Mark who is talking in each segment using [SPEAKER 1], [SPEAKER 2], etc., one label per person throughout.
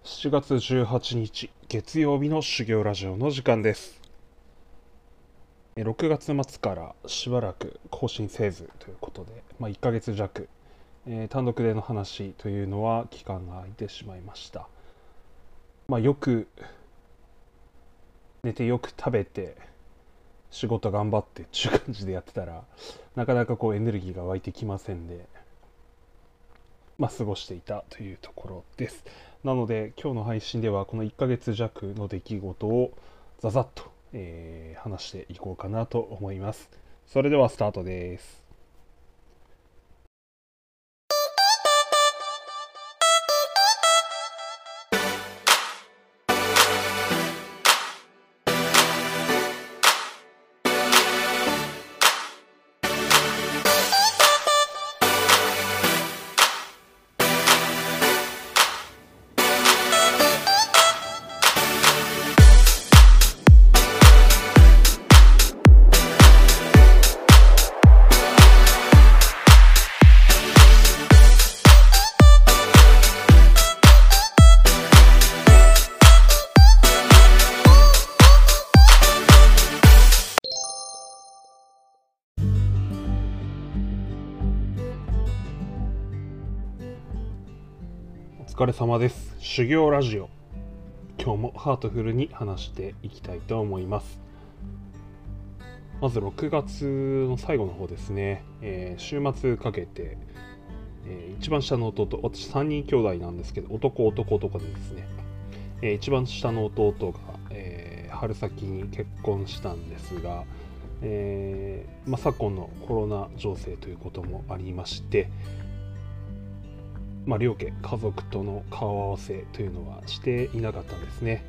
[SPEAKER 1] 7月18日月曜日の修行ラジオの時間です。6月末からしばらく更新せずということで、1ヶ月弱、単独での話というのは期間が空いてしまいました。よく寝てよく食べて仕事頑張ってっていう感じでやってたらなかなかエネルギーが湧いてきませんで、過ごしていたというところです。なので今日の配信ではこの1ヶ月弱の出来事をざざっと、話していこうかなと思います。それではスタートです。お疲れ様です。修行ラジオ、今日もハートフルに話していきたいと思います。まず6月の最後の方ですね、週末かけて、一番下の弟、私3人兄弟なんですけど、男でですね、一番下の弟が、春先に結婚したんですが、昨今のコロナ情勢ということもありまして、両家家族との顔合わせというのはしていなかったんですね。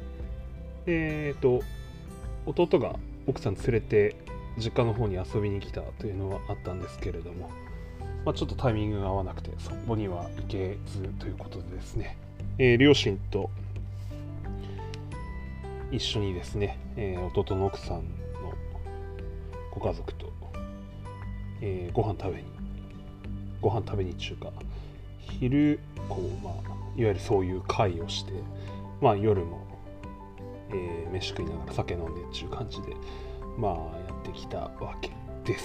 [SPEAKER 1] 弟が奥さん連れて実家の方に遊びに来たというのはあったんですけれども、ちょっとタイミングが合わなくてそこには行けずということでですね、両親と一緒にですね、弟の奥さんのご家族と、ご飯食べに中華昼いわゆるそういう会をして、夜も、飯食いながら酒飲んでっていう感じでやってきたわけです。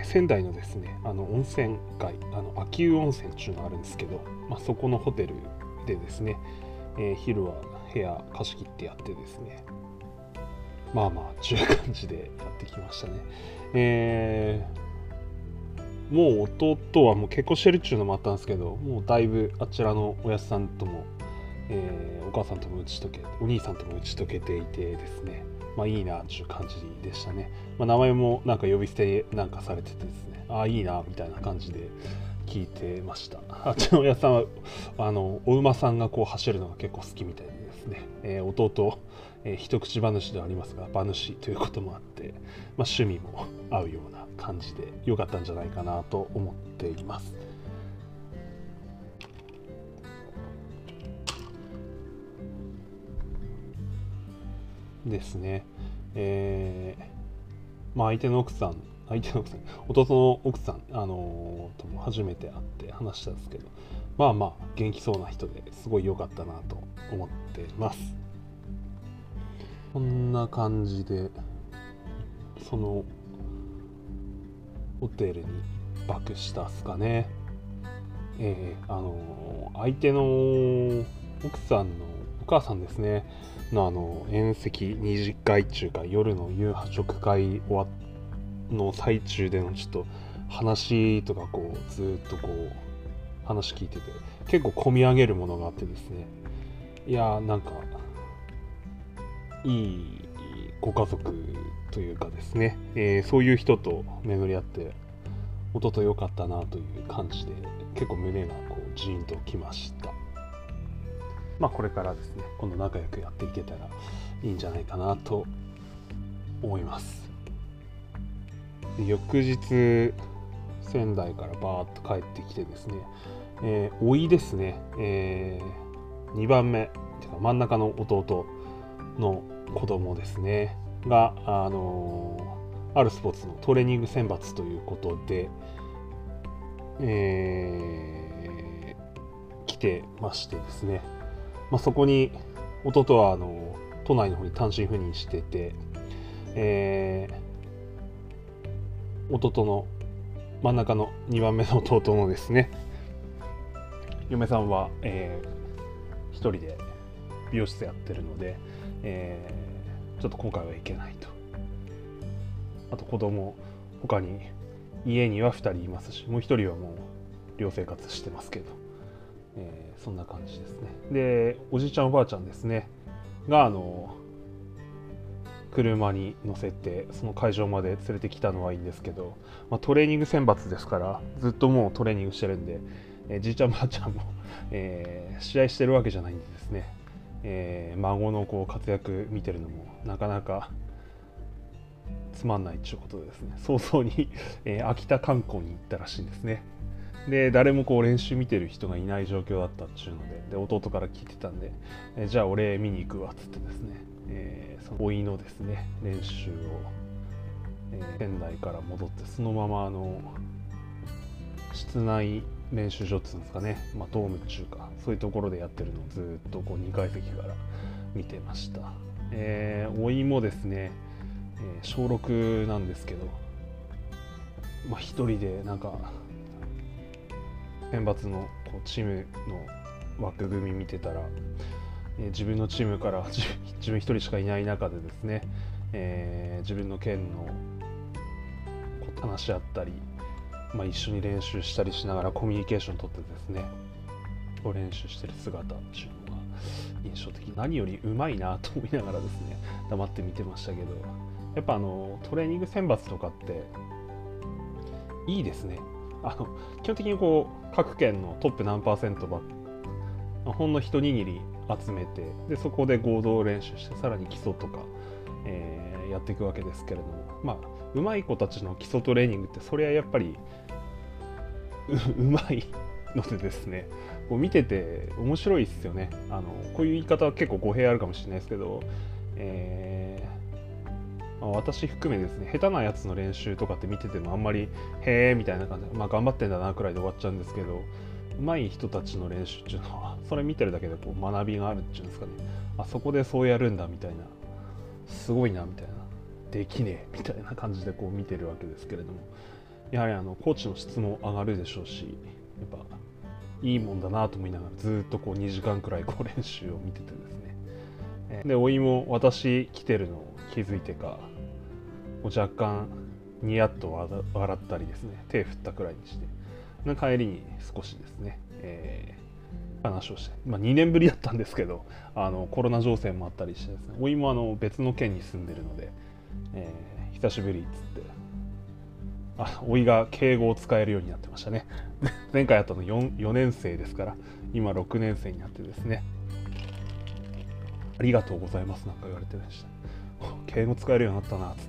[SPEAKER 1] 仙台のですね温泉街秋保温泉っていうのがあるんですけど、そこのホテルでですね、昼は部屋貸し切ってやってですね、中感じでやってきましたね。もう弟はもう結婚してるっていうのもあったんですけど、もうだいぶあちらのおやすさんとも、お母さんともお兄さんとも打ち解けていてですね、いいなっていう感じでしたね。名前もなんか呼び捨てなんかされててですね、いいなみたいな感じで聞いてました。あっちのおやすさんはお馬さんが走るのが結構好きみたいでですね、弟、一口話ではありますが馬主ということもあって、趣味も合うような感じで良かったんじゃないかなと思っています。ですね。相手の奥さん、弟の奥さん、とも初めて会って話したんですけど、元気そうな人ですごい良かったなと思っています。こんな感じで、そのホテルに泊したっすかね。相手の奥さんのお母さんですねの宴席二次会中か夜の夕食会の最中でのちょっと話とかずっと話聞いてて結構込み上げるものがあってですね、いやなんかいいご家族というかですね、そういう人と巡り合って弟良かったなという感じで結構胸がジーンときました。これからですね今度仲良くやっていけたらいいんじゃないかなと思います。で翌日仙台からバーッと帰ってきてですね、甥いですね、2番目てか真ん中の弟の子供ですねがあるスポーツのトレーニング選抜ということで、来てましてですね、そこに弟は都内の方に単身赴任してて、弟の真ん中の2番目の弟のですね嫁さんは、一人で美容室やってるので、ちょっと今回は行けないと。あと子供他に家には2人いますし、もう1人はもう寮生活してますけど、そんな感じですね。でおじいちゃんおばあちゃんですねが車に乗せてその会場まで連れてきたのはいいんですけど、トレーニング選抜ですからずっともうトレーニングしてるんで、じいちゃんばあちゃんも、試合してるわけじゃないんでですね、孫のこう活躍見てるのもなかなかつまんないっていうことでですね、早々に、秋田観光に行ったらしいんですね。で誰もこう練習見てる人がいない状況だったっていうので、弟から聞いてたんで、じゃあ俺見に行くわっつってですね、その甥のですね練習を、仙台から戻ってそのまま室内練習場っていうんですかね、ドームっていうかそういうところでやってるのをずっとこう2階席から見てました。甥もですね、小6なんですけど、一人でなんか選抜のこうチームの枠組み見てたら、自分のチームから自分一人しかいない中でですね、自分の県の話し合ったり、一緒に練習したりしながらコミュニケーション取ってですね練習してる姿っていうのが印象的。何よりうまいなと思いながらですね黙って見てましたけど、やっぱトレーニング選抜とかっていいですね。基本的にこう各県のトップ何%ばほんの一握り集めて、でそこで合同練習してさらに基礎とか、やっていくわけですけれども、うまい子たちの基礎トレーニングってそれはやっぱりうまいのでですね、こう見てて面白いですよね。こういう言い方は結構語弊あるかもしれないですけど、私含めですね下手なやつの練習とかって見ててもあんまりへーみたいな感じで、頑張ってんだなくらいで終わっちゃうんですけど、上手い人たちの練習っていうのはそれ見てるだけでこう学びがあるっていうんですかね、そこでそうやるんだみたいな、すごいなみたいな、できねえみたいな感じでこう見てるわけですけれども、やはりコーチの質も上がるでしょうし、やっぱいいもんだなと思いながらずっとこう2時間くらいこう練習を見ててですね、で甥も私来てるのを気づいてか若干ニヤッと笑ったりですね手振ったくらいにして、帰りに少しですね、話をして、2年ぶりだったんですけどコロナ情勢もあったりしてですね、甥も別の県に住んでるので、久しぶりっつって甥が敬語を使えるようになってましたね。前回やったの 4年生ですから今6年生になってですね、ありがとうございますなんか言われてました。敬語使えるようになったなっつって、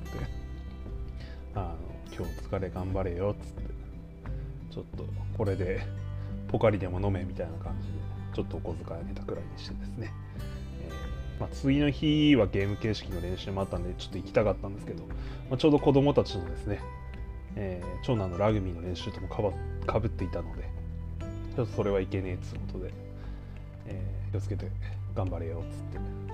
[SPEAKER 1] 今日疲れ頑張れよっつって、ちょっとこれでポカリでも飲めみたいな感じでちょっとお小遣いあげたくらいにしてですね、次の日はゲーム形式の練習もあったんでちょっと行きたかったんですけど、ちょうど子供たちのですね、長男のラグビーの練習ともかぶっていたので、ちょっとそれはいけねえっつうことで、気をつけて頑張れよっつって、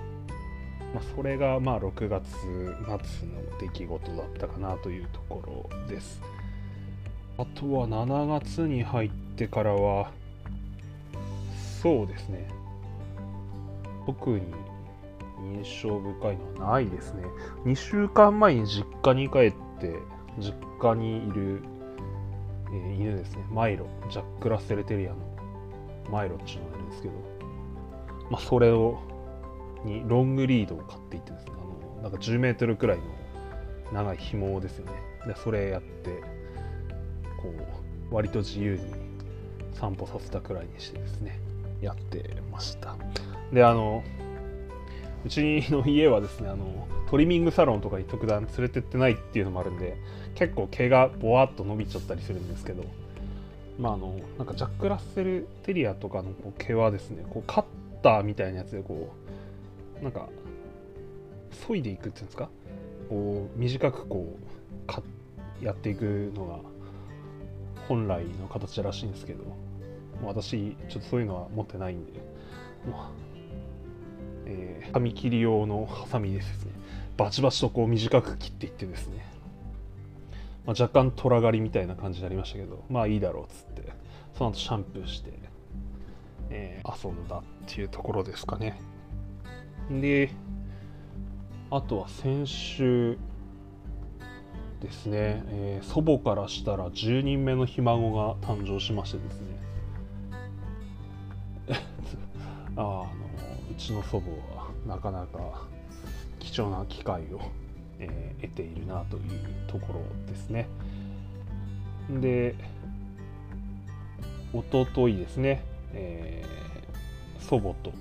[SPEAKER 1] それが6月末の出来事だったかなというところです。あとは7月に入ってからはそうですね、特に印象深いのはないですね。2週間前に実家に帰って実家にいる、犬ですね、マイロ、ジャック・ラッセル・テリアのマイロっていうのがいるんですけど、それにロングリードを買っていってですね、なんか10メートルくらいの長い紐ですよね。でそれやってこう割と自由に散歩させたくらいにしてですねやってました。でうちの家はですねトリミングサロンとかに特段連れてってないっていうのもあるんで、結構毛がボワッと伸びちゃったりするんですけど、なんかジャック・ラッセル・テリアとかのこう毛はですねこうカッターみたいなやつでこうなんか削いでいくっていうんですか、こう短くこうやっていくのが本来の形らしいんですけど、 私ちょっとそういうのは持ってないんで、紙切り用のハサミですね、バチバチとこう短く切っていってですね、若干虎狩りみたいな感じになりましたけど、まあいいだろうっつって、その後シャンプーして、遊んだっていうところですかね。で、あとは先週ですね、祖母からしたら10人目のひ孫が誕生しましてですねうちの祖母はなかなか貴重な機会を、得ているなというところですね。で、一昨日ですね、祖母と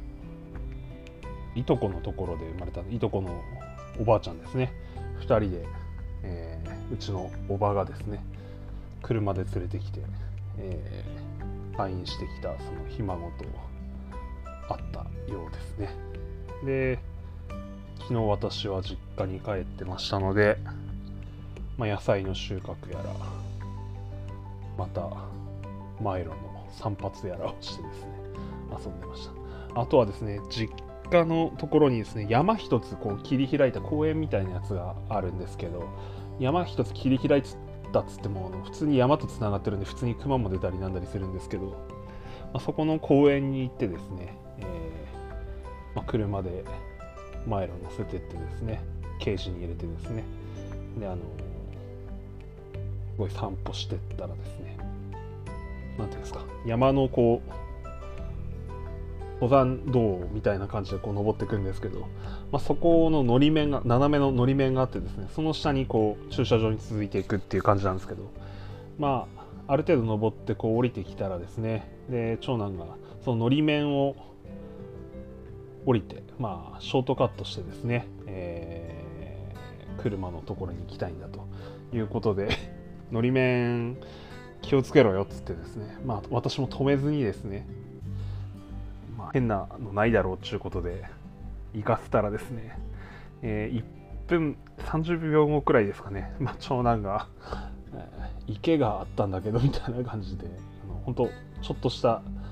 [SPEAKER 1] いとこのところで生まれたいとこのおばあちゃんですね、2人で、うちのおばがですね車で連れてきて、退院してきたそのひ孫と会ったようですね。で、昨日私は実家に帰ってましたので、野菜の収穫やら、またマイロの散髪やらをしてですね遊んでました。あとはですね、実家のところにですね、山一つこう切り開いた公園みたいなやつがあるんですけど、山一つ切り開いたっつっても普通に山とつながってるんで、普通に熊も出たりなんだりするんですけど、そこの公園に行ってですね、車でマイロ乗せてってですね、ケージに入れてですね、ですごい散歩してったらですね、なんていうんですか、山のこう登山道みたいな感じでこう登っていくんですけど、そこののり面が斜めののり面があってですね、その下にこう駐車場に続いていくっていう感じなんですけど、ある程度登ってこう降りてきたらですね、で長男がそののり面を降りて、ショートカットしてですね、車のところに行きたいんだということでのり面気をつけろよっつってですね、私も止めずにですね、変なのないだろうっていうことで行かせたらですね、1分30秒後くらいですかね、長男が、池があったんだけどみたいな感じで、本当ちょっとした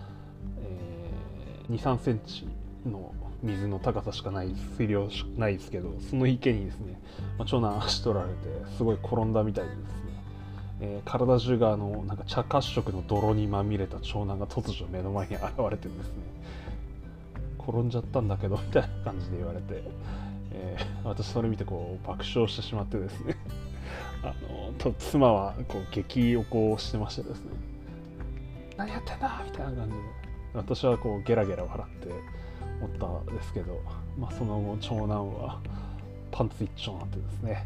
[SPEAKER 1] 、2、3センチの水の高さしかない水量ないですけど、その池にですね、長男足取られてすごい転んだみたいでですね、体中がなんか茶褐色の泥にまみれた長男が突如目の前に現れてですね、転んじゃったんだけどみたいな感じで言われて、私それ見てこう爆笑してしまってですね妻はこう激をこうしてましてですね、何やってんだみたいな感じで、私はこうゲラゲラ笑っておったんですけど、その後長男はパンツ一丁になってですね、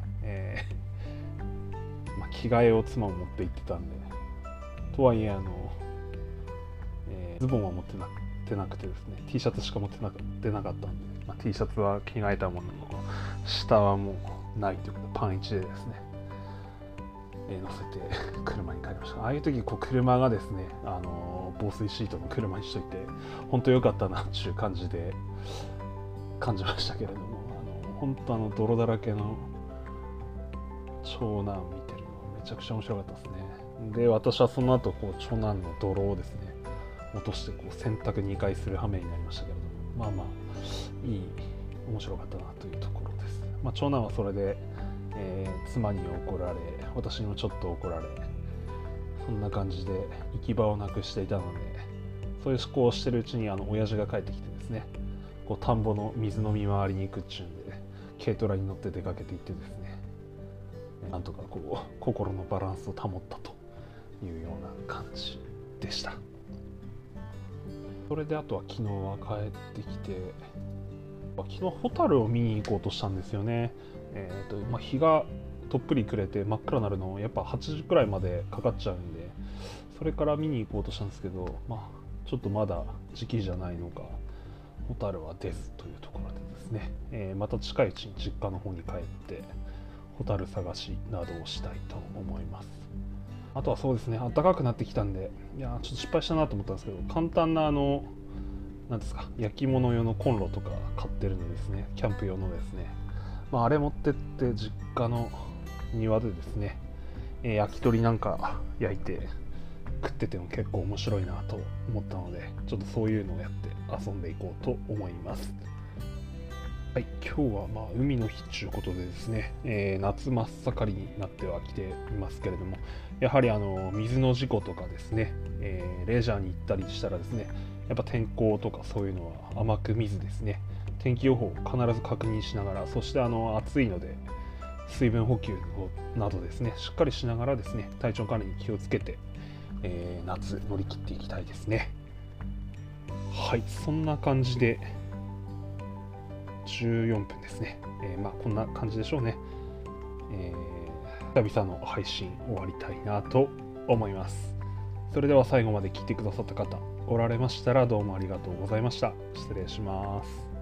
[SPEAKER 1] 着替えを妻も持って行ってたんで、とはいえズボンは持ってなくてですね、 T シャツしか持ってなかったんで、T シャツは着替えたものの下はもうないということで、パン1でですね、乗せて車に帰りました。ああいう時こう車がですね、防水シートの車にしといて本当良かったなっていう感じで感じましたけれども、本当泥だらけの長男を見てるのめちゃくちゃ面白かったですね。で、私はその後こう長男の泥をですね落としてこう洗濯2回する羽目になりましたけれども、面白かったなというところです。長男はそれで、妻に怒られ、私にもちょっと怒られ、そんな感じで行き場をなくしていたので、そういう思考をしてるうちに親父が帰ってきてですね、こう田んぼの水の見回りに行くっちゅうんで軽トラに乗って出かけていってですね、なんとかこう心のバランスを保ったというような感じでした。それであとは昨日は帰ってきて、昨日ホタルを見に行こうとしたんですよね。日がどっぷり暮れて真っ暗になるのやっぱ8時くらいまでかかっちゃうんで、それから見に行こうとしたんですけど、ちょっとまだ時期じゃないのかホタルは出ずというところでですね、また近いうちに実家の方に帰ってホタル探しなどをしたいと思います。あとはそうですね、暖かくなってきたんで、ちょっと失敗したなと思ったんですけど、簡単ななんですか、焼き物用のコンロとか買ってるのですね、キャンプ用のですね、あれ持ってって実家の庭でですね、焼き鳥なんか焼いて食ってても結構面白いなと思ったので、ちょっとそういうのをやって遊んでいこうと思います。はい、今日は海の日ということでですね、夏真っ盛りになってはきていますけれども、やはり水の事故とかですね、レジャーに行ったりしたらですね、やっぱ天候とかそういうのは甘く見ずですね、天気予報を必ず確認しながら、そして暑いので水分補給などですね、しっかりしながらですね、体調管理に気をつけて、夏乗り切っていきたいですね。はい、そんな感じで14分ですね。こんな感じでしょうね。久々の配信終わりたいなと思います。それでは最後まで聞いてくださった方おられましたらどうもありがとうございました。失礼します。